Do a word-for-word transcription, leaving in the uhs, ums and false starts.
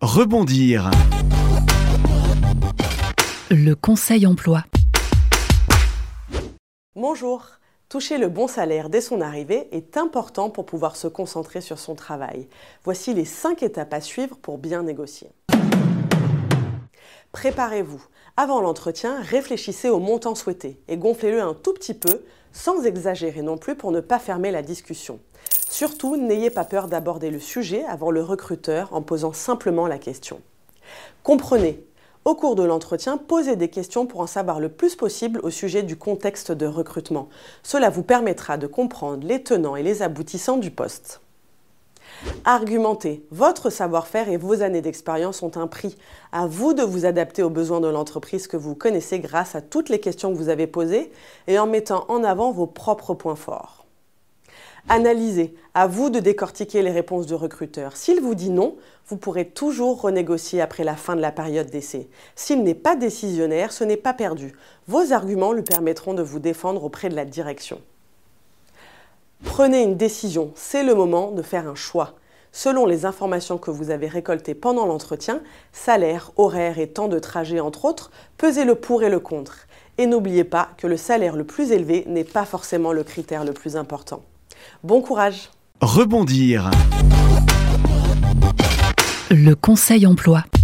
Rebondir. Le conseil emploi. Bonjour. Toucher le bon salaire dès son arrivée est important pour pouvoir se concentrer sur son travail. Voici les cinq étapes à suivre pour bien négocier. Préparez-vous. Avant l'entretien, réfléchissez au montant souhaité et gonflez-le un tout petit peu, sans exagérer non plus pour ne pas fermer la discussion. Surtout, n'ayez pas peur d'aborder le sujet avant le recruteur en posant simplement la question. Comprenez. Au cours de l'entretien, posez des questions pour en savoir le plus possible au sujet du contexte de recrutement. Cela vous permettra de comprendre les tenants et les aboutissants du poste. Argumentez. Votre savoir-faire et vos années d'expérience ont un prix. À vous de vous adapter aux besoins de l'entreprise que vous connaissez grâce à toutes les questions que vous avez posées et en mettant en avant vos propres points forts. Analysez. À vous de décortiquer les réponses du recruteur. S'il vous dit non, vous pourrez toujours renégocier après la fin de la période d'essai. S'il n'est pas décisionnaire, ce n'est pas perdu. Vos arguments lui permettront de vous défendre auprès de la direction. Prenez une décision, c'est le moment de faire un choix. Selon les informations que vous avez récoltées pendant l'entretien, salaire, horaire et temps de trajet entre autres, pesez le pour et le contre. Et n'oubliez pas que le salaire le plus élevé n'est pas forcément le critère le plus important. Bon courage! Rebondir. Le conseil emploi.